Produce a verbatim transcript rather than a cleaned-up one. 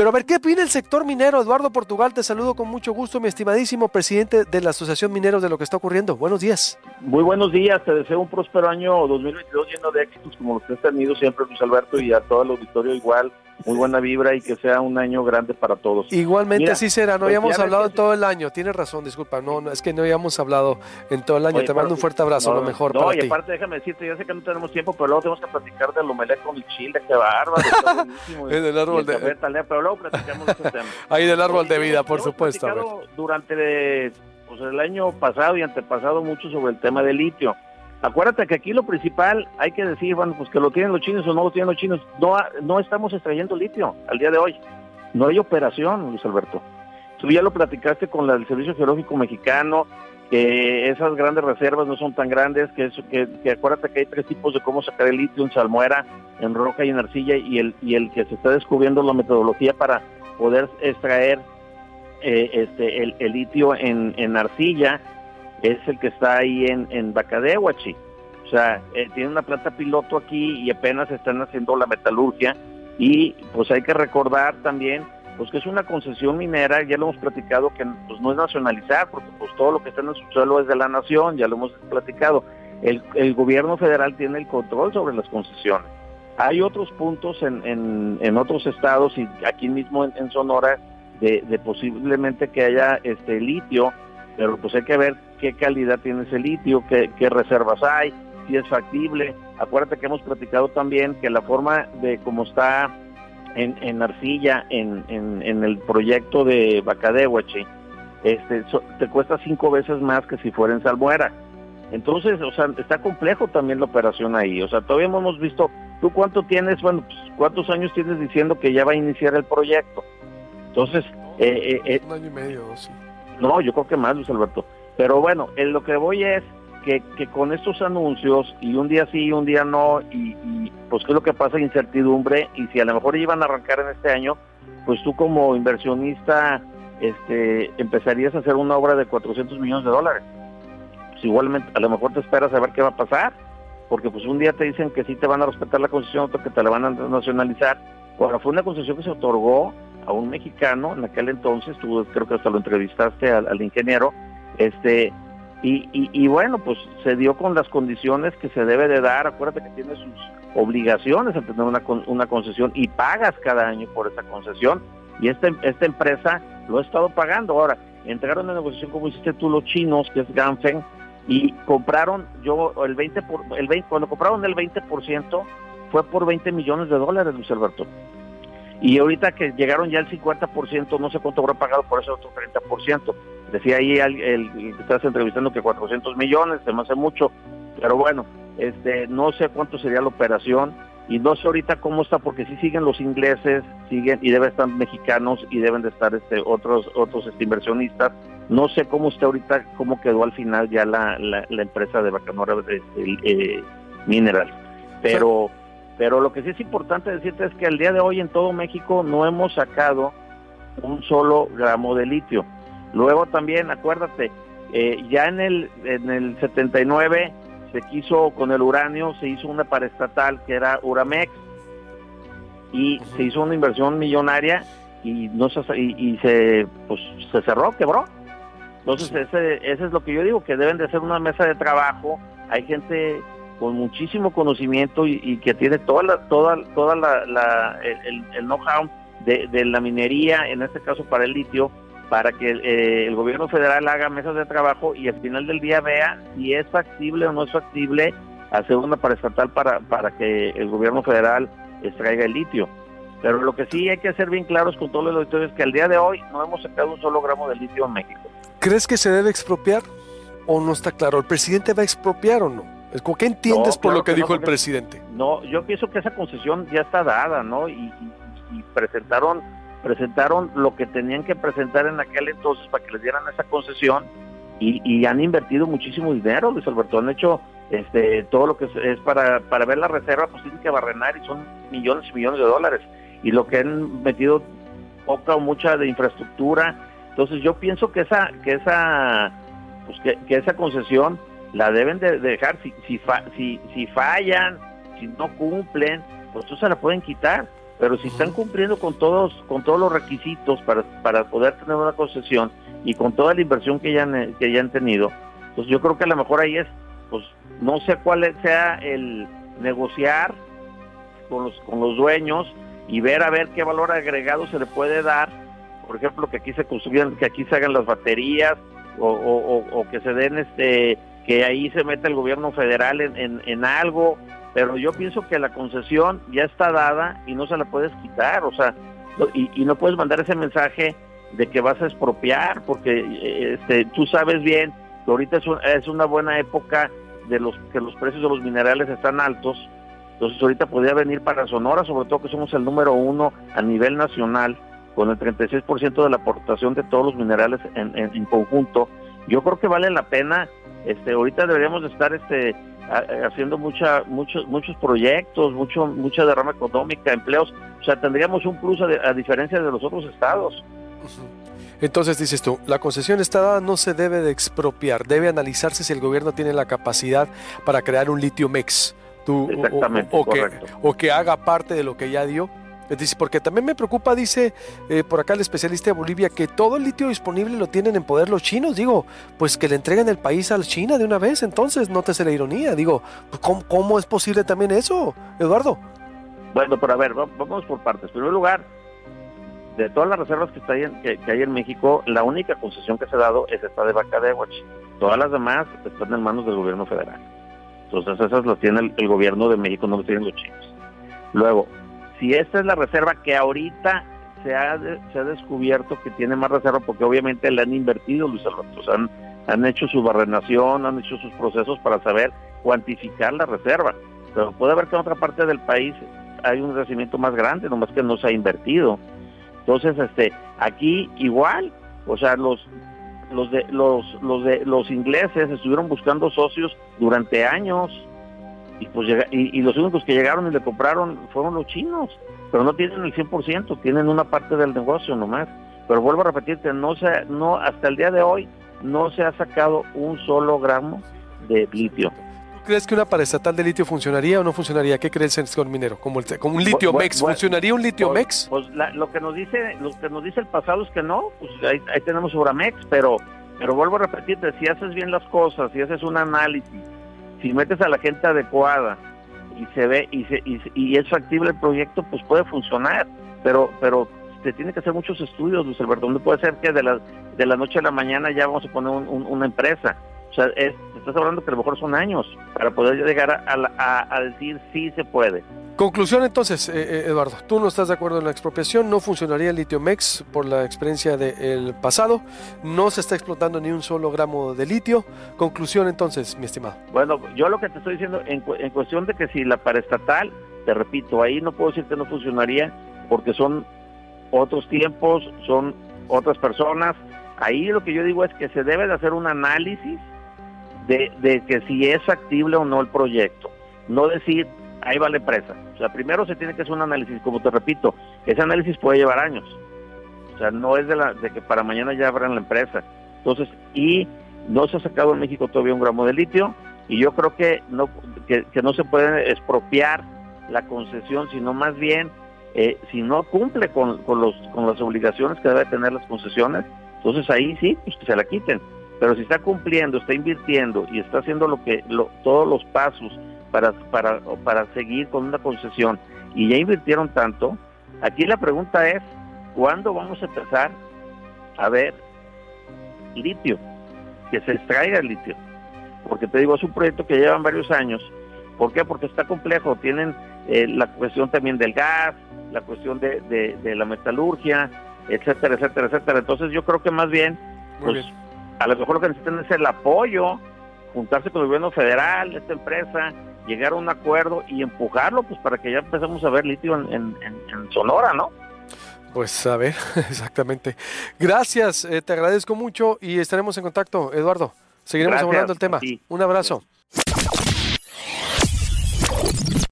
Pero a ver, ¿qué opina el sector minero? Eduardo Portugal, te saludo con mucho gusto, mi estimadísimo presidente de la Asociación Mineros, de lo que está ocurriendo. Buenos días. Muy buenos días, te deseo un próspero año dos mil veintidós lleno de éxitos como los que has tenido siempre, Luis Alberto, y a todo el auditorio igual, muy buena vibra y que sea un año grande para todos. Igualmente. Mira, así será, no pues habíamos hablado que... en todo el año, tienes razón, disculpa, no, no es que no habíamos hablado en todo el año. Oye, te mando un fuerte abrazo, no, lo mejor no, para y ti. aparte déjame decirte, ya sé que no tenemos tiempo, pero luego tenemos que platicar del omelette con el chile, qué bárbaro, está buenísimo. En el árbol de vida, pero luego platicamos de ese tema. Ahí del árbol de vida, por hemos supuesto. Hemos platicado durante pues, el año pasado y antepasado mucho sobre el tema del litio. Acuérdate que aquí lo principal, hay que decir, bueno, pues que lo tienen los chinos o no lo tienen los chinos, no, no estamos extrayendo litio al día de hoy, no hay operación, Luis Alberto. Tú ya lo platicaste con la del Servicio Geológico Mexicano, que esas grandes reservas no son tan grandes, que, eso, que, que acuérdate que hay tres tipos de cómo sacar el litio, en salmuera, en roca y en arcilla, y el, y el que se está descubriendo la metodología para poder extraer eh, este, el, el litio en, en arcilla, es el que está ahí en, en Bacadehuachi. O sea, eh, tiene una planta piloto aquí y apenas están haciendo la metalurgia, y pues hay que recordar también pues que es una concesión minera, ya lo hemos platicado, que pues no es nacionalizar, porque pues todo lo que está en el subsuelo es de la nación, ya lo hemos platicado. El, el gobierno federal tiene el control sobre las concesiones. Hay otros puntos en, en, en otros estados y aquí mismo en, en Sonora de, de posiblemente que haya este litio, pero pues hay que ver qué calidad tiene ese litio, qué, qué reservas hay, si es factible. Acuérdate que hemos platicado también que la forma de cómo está en, en arcilla, en, en, en el proyecto de Bacadehuachi, este, so, te cuesta cinco veces más que si fuera en salmuera. Entonces, o sea, está complejo también la operación ahí. O sea, todavía no hemos visto, ¿tú cuánto tienes? Bueno, pues, ¿cuántos años tienes diciendo que ya va a iniciar el proyecto? Entonces, eh, eh, un año y medio, sí. No, yo creo que más, Luis Alberto. Pero bueno, en lo que voy es que, que con estos anuncios, y un día sí y un día no, y, y pues qué es lo que pasa, incertidumbre, y si a lo mejor iban a arrancar en este año, pues tú como inversionista este, empezarías a hacer una obra de cuatrocientos millones de dólares. Pues igualmente, a lo mejor te esperas a ver qué va a pasar, porque pues un día te dicen que sí te van a respetar la concesión, otro que te la van a nacionalizar. Bueno, fue una concesión que se otorgó a un mexicano en aquel entonces, tú creo que hasta lo entrevistaste al, al ingeniero, este y, y, y bueno, pues se dio con las condiciones que se debe de dar. Acuérdate que tiene sus obligaciones al tener una, una concesión y pagas cada año por esa concesión, y esta, esta empresa lo ha estado pagando. Ahora, entraron en negociación, como hiciste tú, los chinos, que es Ganfeng, y compraron, yo el veinte por, el veinte, cuando compraron el veinte por ciento fue por veinte millones de dólares, Luis Alberto. Y ahorita que llegaron ya al cincuenta por ciento, no sé cuánto habrá pagado por ese otro treinta por ciento. Decía ahí el, el, el que estás entrevistando que cuatrocientos millones, se me hace mucho, pero bueno, este no sé cuánto sería la operación, y no sé ahorita cómo está, porque sí siguen los ingleses, siguen, y deben estar mexicanos, y deben de estar este otros otros este, inversionistas. No sé cómo está ahorita, cómo quedó al final ya la, la, la empresa de Bacanora de, de, eh, Mineral, pero... Sí. Pero lo que sí es importante decirte es que al día de hoy en todo México no hemos sacado un solo gramo de litio. Luego también, acuérdate, eh, ya en el en el setenta y nueve se quiso con el uranio, se hizo una paraestatal que era Uramex, y uh-huh. se hizo una inversión millonaria y no se y, y se pues se cerró, quebró. Entonces sí. ese ese es lo que yo digo, que deben de hacer una mesa de trabajo. Hay gente con muchísimo conocimiento y, y que tiene toda la toda toda la, la el, el know-how de, de la minería, en este caso para el litio, para que eh, el gobierno federal haga mesas de trabajo y al final del día vea si es factible o no es factible hacer una paraestatal para para que el gobierno federal extraiga el litio. Pero lo que sí hay que ser bien claros con todos los auditores es que al día de hoy no hemos sacado un solo gramo de litio en México. ¿Crees que se debe expropiar o no está claro? ¿El presidente va a expropiar o no? ¿Qué entiendes no, por claro lo que, que dijo no, el presidente? No, yo pienso que esa concesión ya está dada, ¿no? Y, y, y presentaron presentaron lo que tenían que presentar en aquel entonces para que les dieran esa concesión, y, y han invertido muchísimo dinero, Luis Alberto. Han hecho este todo lo que es, es para, para ver la reserva, pues tienen que barrenar y son millones y millones de dólares. Y lo que han metido poca o mucha de infraestructura. Entonces yo pienso que esa que esa pues que, que esa concesión la deben de dejar. Si si, fa, si si fallan, si no cumplen, pues eso se la pueden quitar. pero si están cumpliendo con todos con todos los requisitos para, para poder tener una concesión y con toda la inversión que ya han, que ya han tenido, pues yo creo que a lo mejor ahí es, pues no sé cuál sea el negociar con los con los dueños y ver a ver qué valor agregado se le puede dar, por ejemplo, que aquí se construyan, que aquí se hagan las baterías, o, o, o que se den, este que ahí se meta el gobierno federal en, en, en algo, pero yo pienso que la concesión ya está dada y no se la puedes quitar, o sea, y, y no puedes mandar ese mensaje de que vas a expropiar, porque este tú sabes bien que ahorita es, un, es una buena época de los que los precios de los minerales están altos, entonces ahorita podría venir para Sonora, sobre todo que somos el número uno a nivel nacional, con el treinta y seis por ciento de la aportación de todos los minerales en, en, en conjunto. Yo creo que vale la pena, este ahorita deberíamos de estar este a, haciendo mucha muchos muchos proyectos, mucho mucha derrama económica, empleos, o sea, tendríamos un plus a, de, a diferencia de los otros estados. Entonces dices tú, la concesión está dada, no se debe de expropiar, debe analizarse si el gobierno tiene la capacidad para crear un litio mex, tú, Exactamente, o, o, o, que, o que haga parte de lo que ya dio. Dice, porque también me preocupa, dice eh, por acá el especialista de Bolivia, que todo el litio disponible lo tienen en poder los chinos. Digo, pues que le entreguen el país a China de una vez, entonces, nótese la ironía. Digo, pues, ¿cómo, cómo es posible también eso, Eduardo? Bueno, pero a ver, vamos por partes. En primer lugar, de todas las reservas que, está en, que, que hay en México, la única concesión que se ha dado es esta de Bacadehuachi. Todas las demás están en manos del gobierno federal. Entonces esas las tiene el, el gobierno de México, no las tienen los chinos. Luego, si esta es la reserva que ahorita se ha, de, se ha descubierto que tiene más reserva, porque obviamente le han invertido, Luis Alberto, o sea, han, han hecho su barrenación, han hecho sus procesos para saber cuantificar la reserva, pero puede haber que en otra parte del país hay un crecimiento más grande, nomás que no se ha invertido. Entonces, este, aquí igual, o sea, los los de los los de los ingleses estuvieron buscando socios durante años. Y, pues llega, y, y los únicos que llegaron y le compraron fueron los chinos, pero no tienen el cien por ciento, tienen una parte del negocio nomás. Pero vuelvo a repetirte, no se, no hasta el día de hoy no se ha sacado un solo gramo de litio. ¿Tú crees que una paraestatal de litio funcionaría o no funcionaría? ¿Qué cree el sector minero? ¿Como, el, como un litio mex? Bueno, ¿funcionaría un litio pues, mex? Pues la, lo que nos dice lo que nos dice el pasado es que no, pues ahí, ahí tenemos Sobramex, pero pero vuelvo a repetirte, si haces bien las cosas, si haces un análisis, si metes a la gente adecuada y se ve y, se, y, y es factible el proyecto, pues puede funcionar, pero pero se tiene que hacer muchos estudios, Luis Alberto. No puede ser que de la de la noche a la mañana ya vamos a poner un, un, una empresa. O sea, es, estás hablando que a lo mejor son años para poder llegar a, a, a decir sí se puede. Conclusión entonces, eh, Eduardo, tú no estás de acuerdo en la expropiación, no funcionaría el litio mex por la experiencia del pasado, no se está explotando ni un solo gramo de litio. Conclusión entonces, mi estimado. Bueno, yo lo que te estoy diciendo en, en cuestión de que si la paraestatal, te repito, ahí no puedo decir que no funcionaría porque son otros tiempos, son otras personas. Ahí lo que yo digo es que se debe de hacer un análisis de, de que si es factible o no el proyecto, no decir ahí va la empresa. O sea, primero se tiene que hacer un análisis, como te repito, ese análisis puede llevar años. O sea, no es de, la, de que para mañana ya abran la empresa. Entonces, y no se ha sacado en México todavía un gramo de litio, y yo creo que no, que, que no se puede expropiar la concesión, sino más bien, eh, si no cumple con, con, los, con las obligaciones que debe tener las concesiones, entonces ahí sí, pues que se la quiten. Pero si está cumpliendo, está invirtiendo y está haciendo lo que lo, todos los pasos para, para, para seguir con una concesión y ya invirtieron tanto, aquí la pregunta es, ¿cuándo vamos a empezar a ver litio? Que se extraiga el litio. Porque te digo, es un proyecto que llevan varios años. ¿Por qué? Porque está complejo. Tienen eh, la cuestión también del gas, la cuestión de, de, de la metalurgia, etcétera, etcétera, etcétera. Entonces yo creo que más bien, Muy pues bien. a lo mejor lo que necesitan es el apoyo, juntarse con el gobierno federal, esta empresa, llegar a un acuerdo y empujarlo, pues para que ya empecemos a ver litio en, en, en Sonora, ¿no? Pues a ver, exactamente. Gracias, eh, te agradezco mucho y estaremos en contacto, Eduardo. Seguiremos Gracias, abordando el tema. sí. Un abrazo.